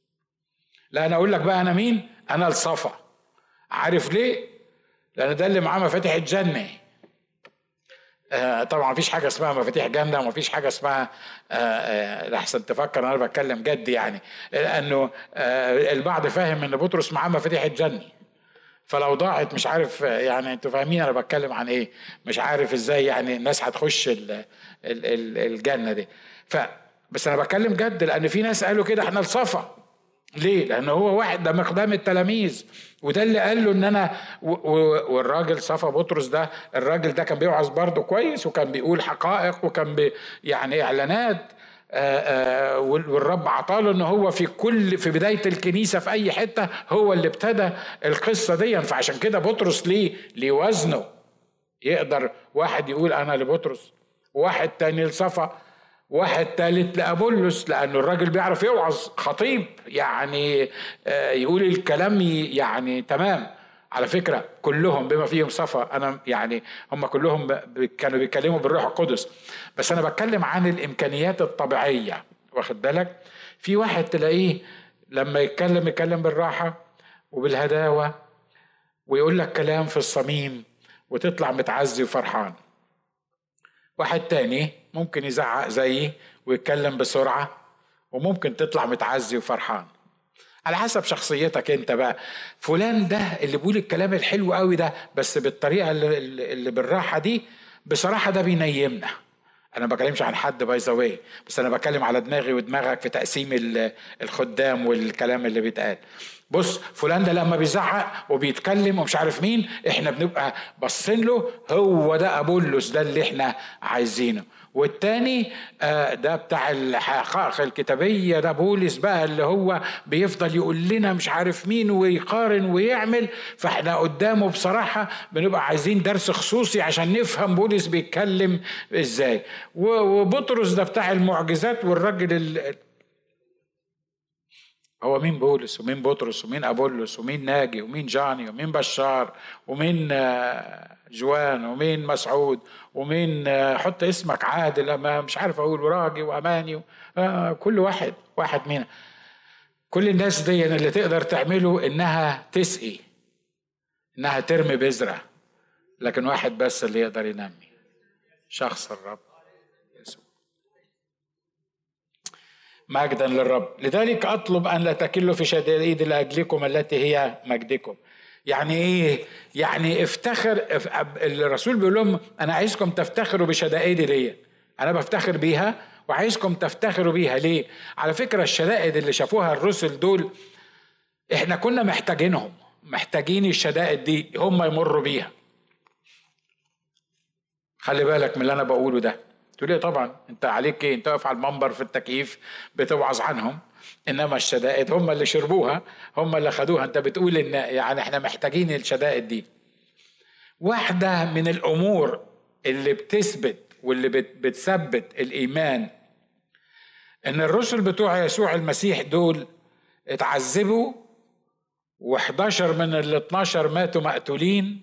لا أنا أقول لك بقى أنا مين؟ أنا الصفا. عارف ليه؟ لأن ده اللي معاه مفاتيح الجنة. آه طبعا مفيش حاجة اسمها مفاتيح جنة ومفيش حاجة اسمها آه آه لحسن تفكر أنا بتكلم جد يعني، لأنه آه البعض فاهم إن بطرس معاه مفاتيح الجنة، فلو ضاعت مش عارف يعني انتوا فاهمين انا بتكلم عن ايه، مش عارف ازاي يعني الناس هتخش ال ال ال الجنه دي. ف بس انا بتكلم جد، لان في ناس قالوا كده احنا الصفا. ليه؟ لان هو واحد ده مقدام التلاميذ، وده اللي قال له ان انا والراجل صفا بطرس ده، الراجل ده كان بيوعظ برضه كويس وكان بيقول حقائق وكان بي يعني اعلانات. آآ آآ والرب عطاله ان هو في كل في بدايه الكنيسه في اي حته هو اللي ابتدى القصه دي. فعشان كده بطرس ليه ليه وزنه، يقدر واحد يقول انا لبطرس، واحد تاني لصفا، واحد تالت لأبولس، لأنه الراجل بيعرف يوعظ، خطيب يعني يقول الكلام يعني تمام. على فكرة كلهم بما فيهم صفا أنا يعني هم كلهم كانوا بيتكلموا بالروح القدس، بس أنا بتكلم عن الإمكانيات الطبيعية. واخد بالك؟ في واحد تلاقيه لما يتكلم يتكلم بالراحة وبالهداوة ويقول لك كلام في الصميم وتطلع متعزي وفرحان. واحد تاني ممكن يزعق زيي ويتكلم بسرعة وممكن تطلع متعزي وفرحان، على حسب شخصيتك انت بقى. فلان ده اللي بيقول الكلام الحلو قوي ده بس بالطريقة اللي, اللي بالراحة دي، بصراحة ده بينيمنا. انا ما بكلمش عن حد باي ذا واي، بس انا بكلم على دماغي ودماغك في تقسيم الخدام والكلام اللي بيتقال. بص فلان ده لما بيزعق وبيتكلم ومش عارف مين، احنا بنبقى باصين له هو ده أبولس ده اللي احنا عايزينه. والتاني آه ده بتاع الحقائق الكتابية، ده بولس بقى اللي هو بيفضل يقول لنا مش عارف مين ويقارن ويعمل، فاحنا قدامه بصراحة بنبقى عايزين درس خصوصي عشان نفهم بولس بيتكلم ازاي. وبطرس ده بتاع المعجزات، والراجل هو مين بولس ومين بطرس ومين أبولس ومين ناجي ومين جاني ومين بشار ومين جوان ومين مسعود ومين حط اسمك عادل ما مش عارف اقول وراجي واماني، كل واحد واحد مين. كل الناس دي اللي تقدر تعمله انها تسقي، انها ترمي بذرة، لكن واحد بس اللي يقدر ينمي، شخص الرب يسوع. مجدا للرب. لذلك أطلب أن لا تكلوا في شدائد لأجلكم التي هي مجدكم. يعني إيه؟ يعني افتخر. الرسول بيقول لهم أنا عايزكم تفتخروا بشدائدي دي، أنا بفتخر بيها وعايزكم تفتخروا بيها. ليه؟ على فكرة الشدائد اللي شافوها الرسل دول إحنا كنا محتاجينهم، محتاجين الشدائد دي هم يمروا بيها. خلي بالك من اللي أنا بقوله ده. تقول لي طبعا انت عليك ايه، انت واقف على المنبر في التكييف بتوعظ عنهم، انما الشدائد هم اللي شربوها، هم اللي خدوها. انت بتقول ان يعني احنا محتاجين الشدائد دي. واحدة من الامور اللي بتثبت واللي بتثبت الايمان ان الرسل بتوع يسوع المسيح دول اتعذبوا، وحداشر من ال اتناشر ماتوا مقتولين،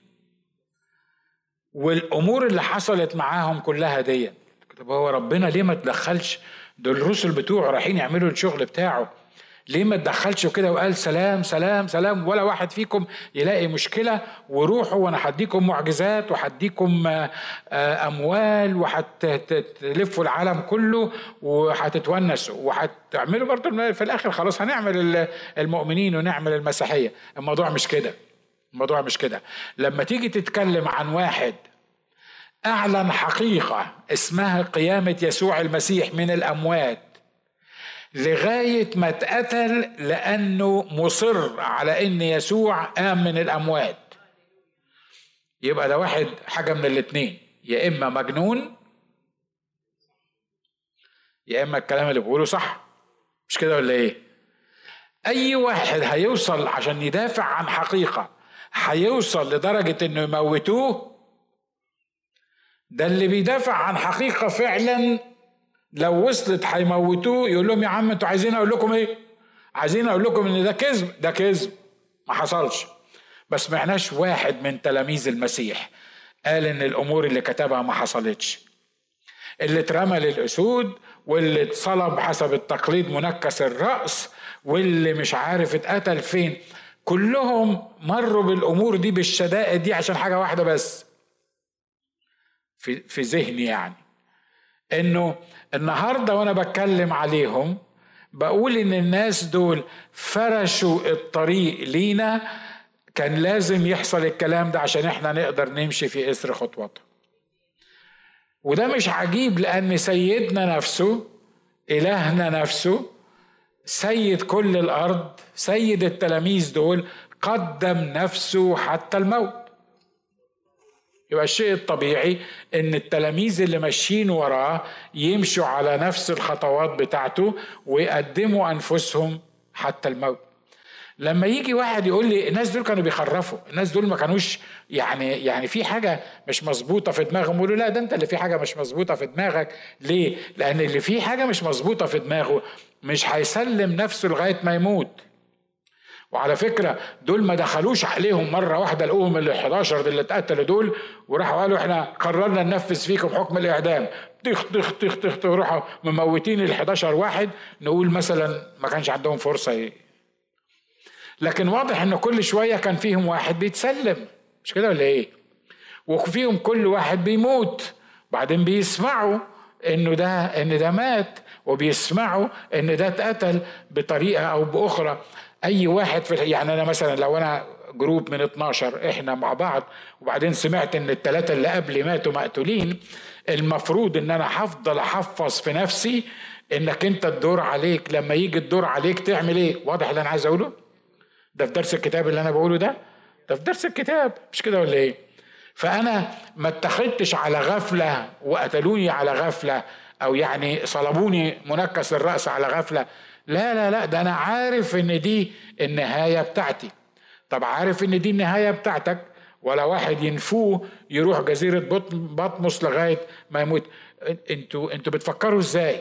والامور اللي حصلت معاهم كلها دي. طب هو ربنا ليه ما تدخلش؟ دول الرسل بتوعه رايحين يعملوا الشغل بتاعه، ليه ما تدخلش كده وقال سلام سلام سلام، ولا واحد فيكم يلاقي مشكلة وروحوا وانا هديكم معجزات وهديكم اموال وهتلفوا العالم كله وهتتونسوا وهتعملوا برضه في الاخر خلاص هنعمل المؤمنين ونعمل المسيحية. الموضوع مش كده، الموضوع مش كده. لما تيجي تتكلم عن واحد أعلن حقيقة اسمها قيامة يسوع المسيح من الأموات لغاية ما اتقتل لأنه مصر على أن يسوع قام من الأموات، يبقى ده واحد حاجة من الاتنين، يا إما مجنون يا إما الكلام اللي بقوله صح. مش كده ولا إيه؟ أي واحد هيوصل عشان يدافع عن حقيقة هيوصل لدرجة أنه يموتوه، ده اللي بيدافع عن حقيقة فعلا لو وصلت هيموتوه. يقول لهم يا عم انتوا عايزين اقول لكم ايه؟ عايزين اقول لكم ان ده كذب، ده كذب، ما حصلش. بس ما سمعناش واحد من تلاميذ المسيح قال ان الامور اللي كتبها ما حصلتش. اللي اترمى للاسود، واللي اتصلب حسب التقليد منكس الراس، واللي مش عارف اتقتل فين، كلهم مروا بالامور دي بالشدائد دي عشان حاجه واحده بس في في ذهني، يعني انه النهارده وانا بتكلم عليهم بقول ان الناس دول فرشوا الطريق لينا. كان لازم يحصل الكلام ده عشان احنا نقدر نمشي في اثر خطواتهم. وده مش عجيب، لان سيدنا نفسه، الهنا نفسه، سيد كل الارض، سيد التلاميذ دول، قدم نفسه حتى الموت. يبقى الشيء الطبيعي ان التلاميذ اللي ماشيين وراه يمشوا على نفس الخطوات بتاعته ويقدموا انفسهم حتى الموت. لما يجي واحد يقول لي الناس دول كانوا بيخرفوا، الناس دول ما كانوش يعني يعني في حاجه مش مظبوطه في دماغهم، اقول له لا، ده انت اللي في حاجه مش مظبوطه في دماغك. ليه؟ لان اللي فيه حاجه مش مظبوطه في دماغه مش هيسلم نفسه لغايه ما يموت. وعلى فكرة دول ما دخلوش عليهم مرة واحدة لقوهم ال الحداشر اللي اتقتلوا دول وراحوا قالوا احنا قررنا ننفذ فيكم حكم الإعدام، تخ تخ تخ تخ وراحوا مموتين ال الحداشر واحد. نقول مثلا ما كانش عندهم فرصة ايه. لكن واضح ان كل شوية كان فيهم واحد بيتسلم، مش كده ولا ايه؟ وفيهم كل واحد بيموت، بعدين بيسمعوا انه ده ان ده مات، وبيسمعوا ان ده اتقتل بطريقة او باخرى. اي واحد في يعني انا مثلا لو انا جروب من اتناشر احنا مع بعض وبعدين سمعت ان الثلاثه اللي قبلي ماتوا مقتولين، المفروض ان انا هفضل احفظ في نفسي انك انت الدور عليك، لما يجي الدور عليك تعمل ايه. واضح اللي انا عايز اقوله؟ ده في درس الكتاب اللي انا بقوله ده ده في درس الكتاب، مش كده ولا ايه؟ فانا ما اتخذتش على غفله وقتلوني على غفله، او يعني صلبوني منكس الراس على غفله. لا لا لا، ده انا عارف ان دي النهاية بتاعتي. طب عارف ان دي النهاية بتاعتك، ولا واحد ينفوه يروح جزيرة بطمس لغاية ما يموت. انتوا انتوا بتفكروا ازاي؟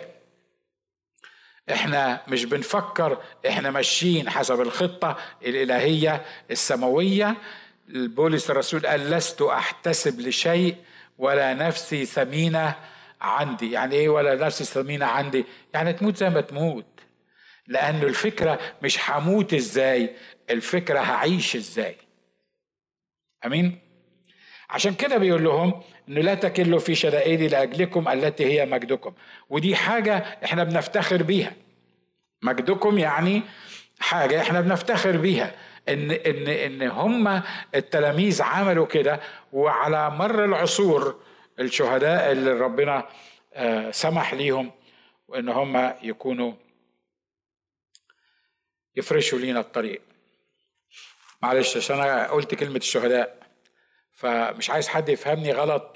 احنا مش بنفكر، احنا ماشيين حسب الخطة الالهية السماوية. بولس الرسول قال لست احتسب لشيء ولا نفسي ثمينة عندي. يعني ايه ولا نفسي ثمينة عندي؟ يعني تموت زي ما تموت، لأنه الفكرة مش هموت ازاي، الفكرة هعيش ازاي. أمين؟ عشان كده بيقول لهم إنه لا تكلوا في شدائدي لأجلكم التي هي مجدكم. ودي حاجة احنا بنفتخر بيها. مجدكم يعني حاجة احنا بنفتخر بيها، إن إن إن هم التلاميذ عملوا كده. وعلى مر العصور الشهداء اللي ربنا آه سمح ليهم وإن هم يكونوا يفرشوا لينا الطريق. معلش عشان انا قلت كلمة الشهداء فمش عايز حد يفهمني غلط.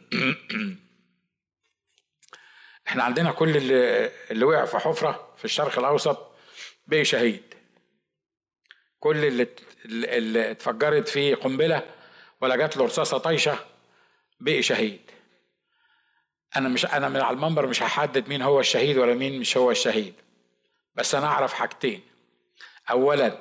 احنا عندنا كل اللي, اللي وقع في حفرة في الشرق الاوسط بقي شهيد. كل اللي, اللي اتفجرت فيه قنبلة ولا جات له رصاصة طايشة بقي شهيد. انا مش انا من على المنبر مش هحدد مين هو الشهيد ولا مين مش هو الشهيد، بس انا اعرف حاجتين. اولا،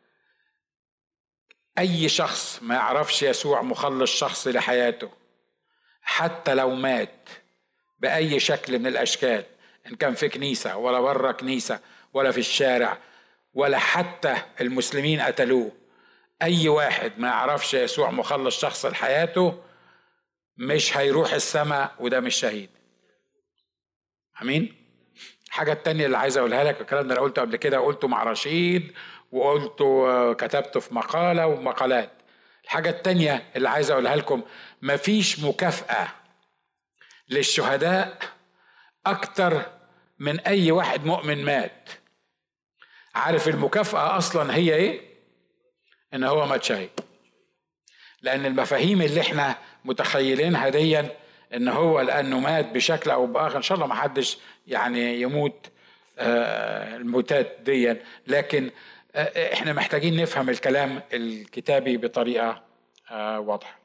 اي شخص ما يعرفش يسوع مخلص شخص لحياته حتى لو مات باي شكل من الاشكال، ان كان في كنيسة ولا بره كنيسة ولا في الشارع ولا حتى المسلمين قتلوه، اي واحد ما يعرفش يسوع مخلص شخص لحياته مش هيروح السماء، وده مش شهيد. امين. الحاجة التانية اللي عايز اقولها لك، الكلام ده انا قلته قبل كده، قلته مع رشيد وقلته كتبته في مقالة ومقالات. الحاجة التانية اللي عايز اقولها لكم، مفيش مكافأة للشهداء اكتر من اي واحد مؤمن مات. عارف المكافأة اصلا هي ايه؟ ان هو مات شهيد. لان المفاهيم اللي احنا متخيلينها ديا ان هو لانه مات بشكل او باخر، ان شاء الله ما حدش يعني يموت آه الموتات ديا، لكن آه احنا محتاجين نفهم الكلام الكتابي بطريقة آه واضحة.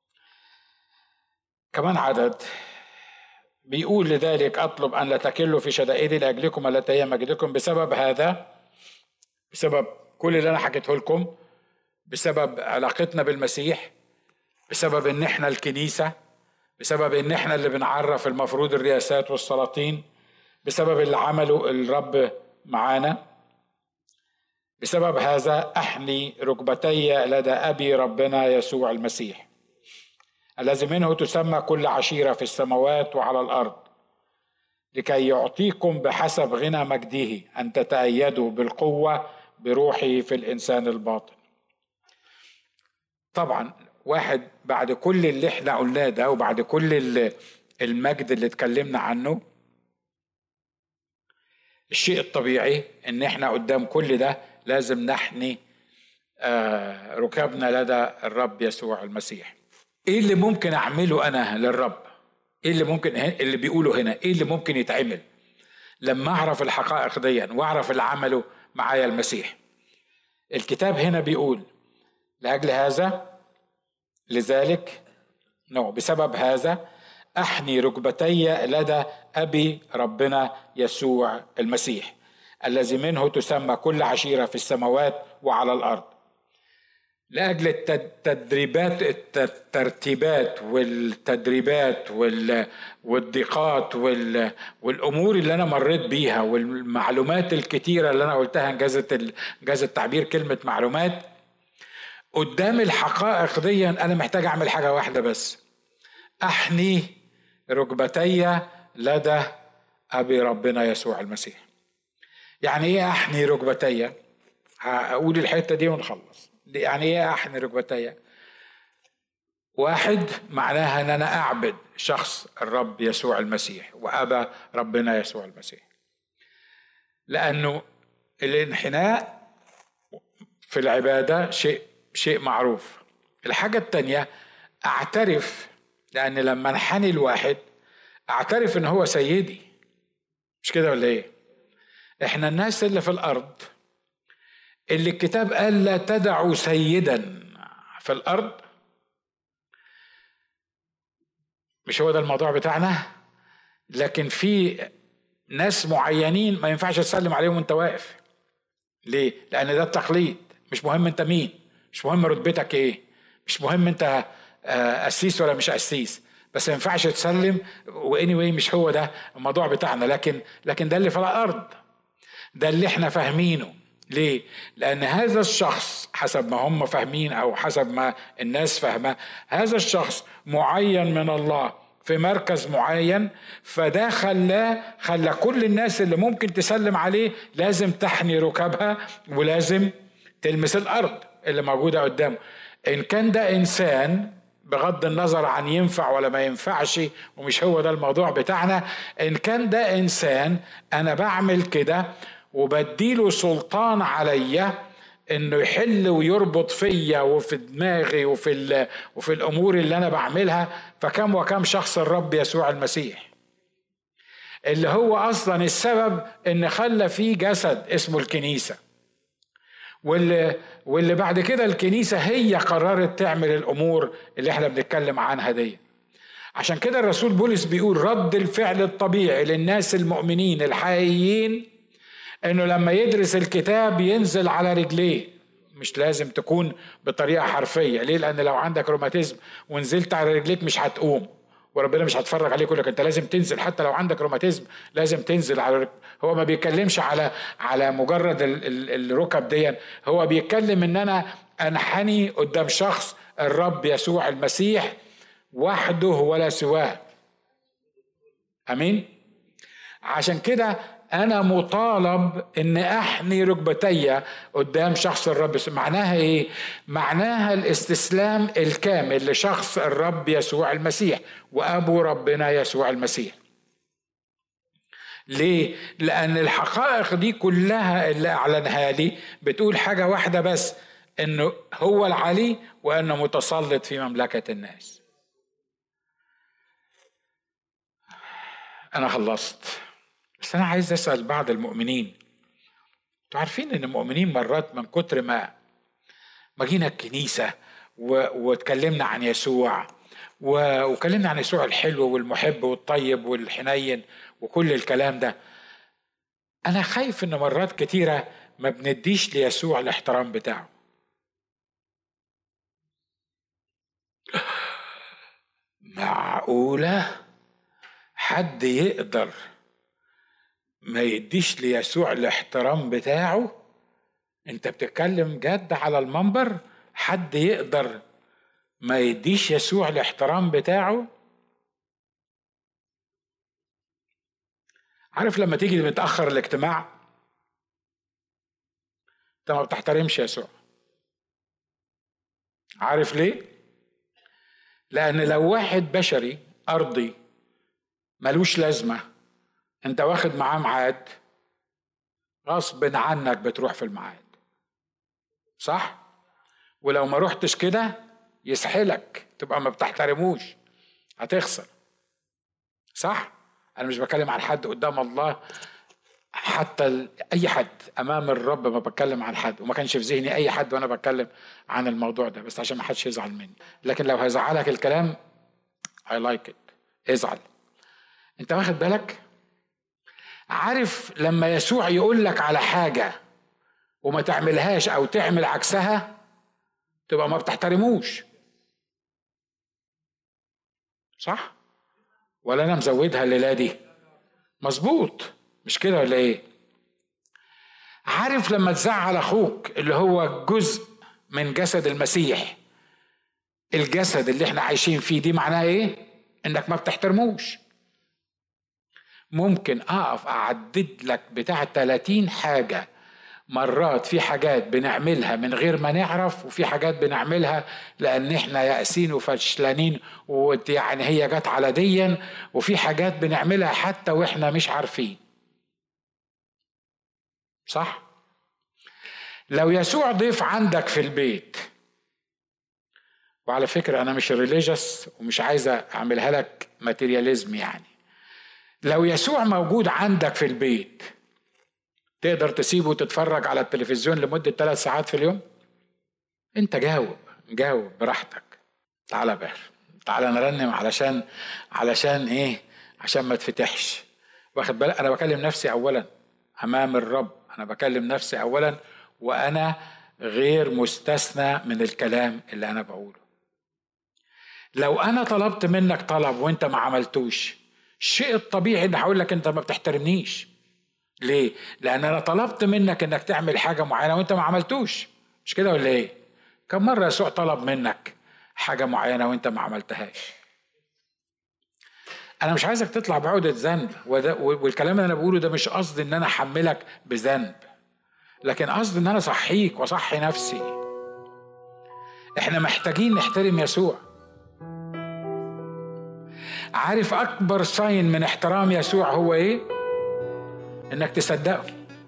كمان عدد بيقول لذلك اطلب ان لا تكلوا في شدائدي لاجلكم التي هي مجدكم، بسبب هذا بسبب كل اللي انا حكيته لكم، بسبب علاقتنا بالمسيح، بسبب ان احنا الكنيسة، بسبب ان احنا اللي بنعرف المفروض الرئاسات والسلاطين، بسبب اللي عمله الرب معانا. بسبب هذا احني ركبتي لدى ابي ربنا يسوع المسيح الذي منه تسمى كل عشيرة في السماوات وعلى الارض، لكي يعطيكم بحسب غنى مجده ان تتأيدوا بالقوة بروحه في الانسان الباطن. طبعا واحد بعد كل اللي احنا قلناه ده وبعد كل المجد اللي اتكلمنا عنه، الشيء الطبيعي ان احنا قدام كل ده لازم نحني آه ركابنا لدى الرب يسوع المسيح. ايه اللي ممكن اعمله انا للرب؟ ايه اللي ممكن اللي بيقوله هنا ايه اللي ممكن يتعمل لما اعرف الحقائق دي واعرف اللي عمله معايا المسيح؟ الكتاب هنا بيقول لاجل هذا لذلك نو بسبب هذا احني ركبتي لدى ابي ربنا يسوع المسيح الذي منه تسمى كل عشيرة في السماوات وعلى الارض، لاجل التدريبات الترتيبات والتدريبات والضيقات والامور اللي انا مريت بيها والمعلومات الكتيره اللي انا قلتها، انجازت انجاز التعبير كلمه معلومات. قدام الحقائق دي انا محتاج اعمل حاجه واحده بس، احني ركبتي لدى ابي ربنا يسوع المسيح. يعني ايه احني ركبتي؟ هقول الحته دي ونخلص. يعني ايه احني ركبتي؟ واحد معناها ان انا اعبد شخص الرب يسوع المسيح وابا ربنا يسوع المسيح، لانه الانحناء في العباده شيء شيء معروف. الحاجه التانيه اعترف، لان لما انحني الواحد اعترف ان هو سيدي. مش كده ولا ايه؟ احنا الناس اللي في الارض اللي الكتاب قال لا تدعوا سيدا في الارض، مش هو ده الموضوع بتاعنا، لكن في ناس معينين ما ينفعش تسلم عليهم وانت واقف. ليه؟ لان ده التقليد. مش مهم انت مين، مش مهم رتبتك ايه، مش مهم انت قسيس ولا مش قسيس، بس ما ينفعش تسلم. واني واي مش هو ده الموضوع بتاعنا، لكن لكن ده اللي في الارض، ده اللي احنا فاهمينه. ليه؟ لأن هذا الشخص حسب ما هم فاهمين أو حسب ما الناس فاهمة، هذا الشخص معين من الله في مركز معين، فده خلاه خلى كل الناس اللي ممكن تسلم عليه لازم تحني ركابها ولازم تلمس الأرض اللي موجودة قدامه. إن كان ده إنسان بغض النظر عن ينفع ولا ما ينفعش، ومش هو ده الموضوع بتاعنا، إن كان ده إنسان أنا بعمل كده وبديله سلطان عليا انه يحل ويربط فيا وفي دماغي وفي وفي الامور اللي انا بعملها، فكم وكم شخص الرب يسوع المسيح اللي هو اصلا السبب ان خلى فيه جسد اسمه الكنيسة، واللي واللي بعد كده الكنيسة هي قررت تعمل الامور اللي احنا بنتكلم عنها دي. عشان كده الرسول بولس بيقول رد الفعل الطبيعي للناس المؤمنين الحقيقيين انه لما يدرس الكتاب ينزل على رجليه. مش لازم تكون بطريقة حرفية. ليه؟ لان لو عندك روماتيزم ونزلت على رجليك مش هتقوم وربنا مش هتفرج عليك، يقول لك انت لازم تنزل. حتى لو عندك روماتيزم لازم تنزل على رجليك. هو ما بيتكلمش على على مجرد الركب دي، هو بيتكلم ان انا انحني قدام شخص الرب يسوع المسيح وحده ولا سواه. امين. عشان كده أنا مطالب إن أحني ركبتي قدام شخص الرب. معناها إيه؟ معناها الاستسلام الكامل لشخص الرب يسوع المسيح وأبو ربنا يسوع المسيح. ليه؟ لأن الحقائق دي كلها اللي أعلنها لي بتقول حاجة واحدة بس، إنه هو العلي وأنه متسلط في مملكة الناس. أنا خلصت، بس أنا عايز أسأل بعض المؤمنين. انتوا عارفين إن المؤمنين مرات من كتر ما ما جينا الكنيسة واتكلمنا عن يسوع وكلمنا عن يسوع الحلو والمحب والطيب والحنين وكل الكلام ده، أنا خايف إن مرات كتيرة ما بنديش ليسوع الاحترام بتاعه. معقولة حد يقدر ما يديش ليسوع الاحترام بتاعه؟ انت بتتكلم جد على المنبر؟ حد يقدر ما يديش يسوع الاحترام بتاعه؟ عارف لما تيجي متأخر الاجتماع انت ما بتحترمش يسوع. عارف ليه؟ لأن لو واحد بشري أرضي ملوش لازمة انت واخد معاه ميعاد، غصب عنك بتروح في الميعاد، صح؟ ولو ما روحتش كده يسحلك، تبقى ما بتحترموش، هتخسر، صح؟ انا مش بكلم عن حد قدام الله، حتى اي حد امام الرب ما بتكلم عن حد، وما كانش في ذهني اي حد وانا بتكلم عن الموضوع ده، بس عشان ما حدش يزعل مني. لكن لو هيزعلك الكلام I like it، ازعل. انت واخد بالك؟ عارف لما يسوع يقول لك على حاجة وما تعملهاش او تعمل عكسها تبقى ما بتحترموش، صح؟ ولا انا مزودها الليلة دي؟ مظبوط، مش كده ولا ايه؟ عارف لما تزعل اخوك اللي هو جزء من جسد المسيح، الجسد اللي احنا عايشين فيه، دي معناها ايه؟ انك ما بتحترموش. ممكن اقف اعدد لك بتاع ثلاثين حاجة، مرات في حاجات بنعملها من غير ما نعرف، وفي حاجات بنعملها لان احنا يأسين وفشلانين ويعني هي جت على ديا، وفي حاجات بنعملها حتى واحنا مش عارفين، صح؟ لو يسوع ضيف عندك في البيت، وعلى فكرة انا مش ريليجيوس ومش عايزة اعملها لك ماتيرياليزم، يعني لو يسوع موجود عندك في البيت تقدر تسيبه وتتفرج على التلفزيون لمدة ثلاث ساعات في اليوم؟ انت جاوب جاوب براحتك. تعالى بقى، تعالى نرنم علشان علشان ايه؟ عشان ما تفتحش. واخد بالك؟ انا بكلم نفسي اولا امام الرب، انا بكلم نفسي اولا، وانا غير مستثنى من الكلام اللي انا بقوله. لو انا طلبت منك طلب وانت ما عملتوش، الشيء الطبيعي ان هقول لك انت ما بتحترمنيش. ليه؟ لان انا طلبت منك انك تعمل حاجة معينة وانت ما عملتوش، مش كده ولا ايه؟ كم مرة يسوع طلب منك حاجة معينة وانت ما عملتهاش؟ انا مش عايزك تطلع بعودة ذنب، والكلام اللي انا بقوله ده مش قصد ان انا احملك بذنب، لكن قصد ان انا اصحيك واصحي نفسي. احنا محتاجين نحترم يسوع. عارف اكبر ساين من احترام يسوع هو ايه؟ انك تصدقه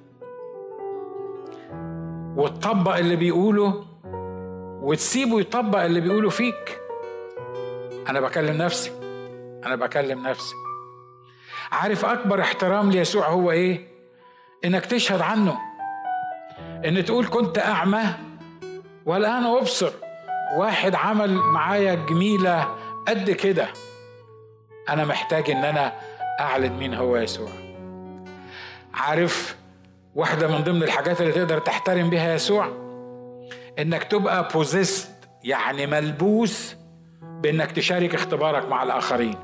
وتطبق اللي بيقوله وتسيبه يطبق اللي بيقوله فيك. انا بكلم نفسي انا بكلم نفسي عارف اكبر احترام ليسوع هو ايه؟ انك تشهد عنه، ان تقول كنت اعمى والان ابصر، واحد عمل معايا جميلة قد كده. انا محتاج ان انا اعلن مين هو يسوع. عارف واحدة من ضمن الحاجات اللي تقدر تحترم بها يسوع انك تبقى بوزيست، يعني ملبوس بانك تشارك اختبارك مع الاخرين.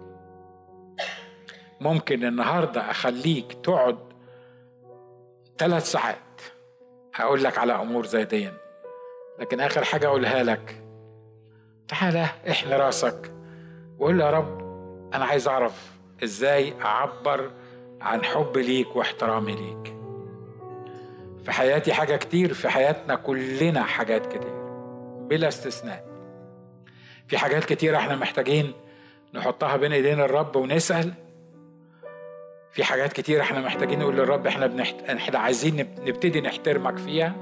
ممكن النهاردة اخليك تقعد ثلاث ساعات هقول لك على امور زي دي، لكن اخر حاجة اقولها لك، تعالى احني راسك وقول يا رب انا عايز اعرف ازاي اعبر عن حب ليك واحترامي ليك. في حياتي حاجة كتير، في حياتنا كلنا حاجات كتير بلا استثناء. في حاجات كتير احنا محتاجين نحطها بين ايدين الرب ونسأل. في حاجات كتير احنا محتاجين نقول للرب احنا بنحت... احنا عايزين نبتدي نحترمك فيها،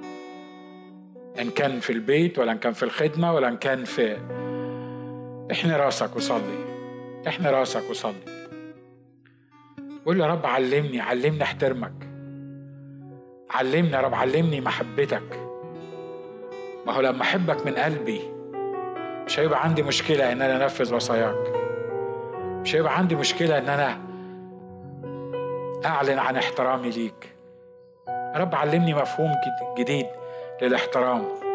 ان كان في البيت ولا ان كان في الخدمة ولا ان كان في. احني راسك وصلي، احني راسك وصلي، قول يا رب علمني علمني احترمك، علمني يا رب، علمني محبتك. ما هو لما احبك من قلبي مش هيبقى عندي مشكلة ان انا انفذ وصاياك، مش هيبقى عندي مشكلة ان انا اعلن عن احترامي ليك. يا رب علمني مفهوم جديد للاحترام.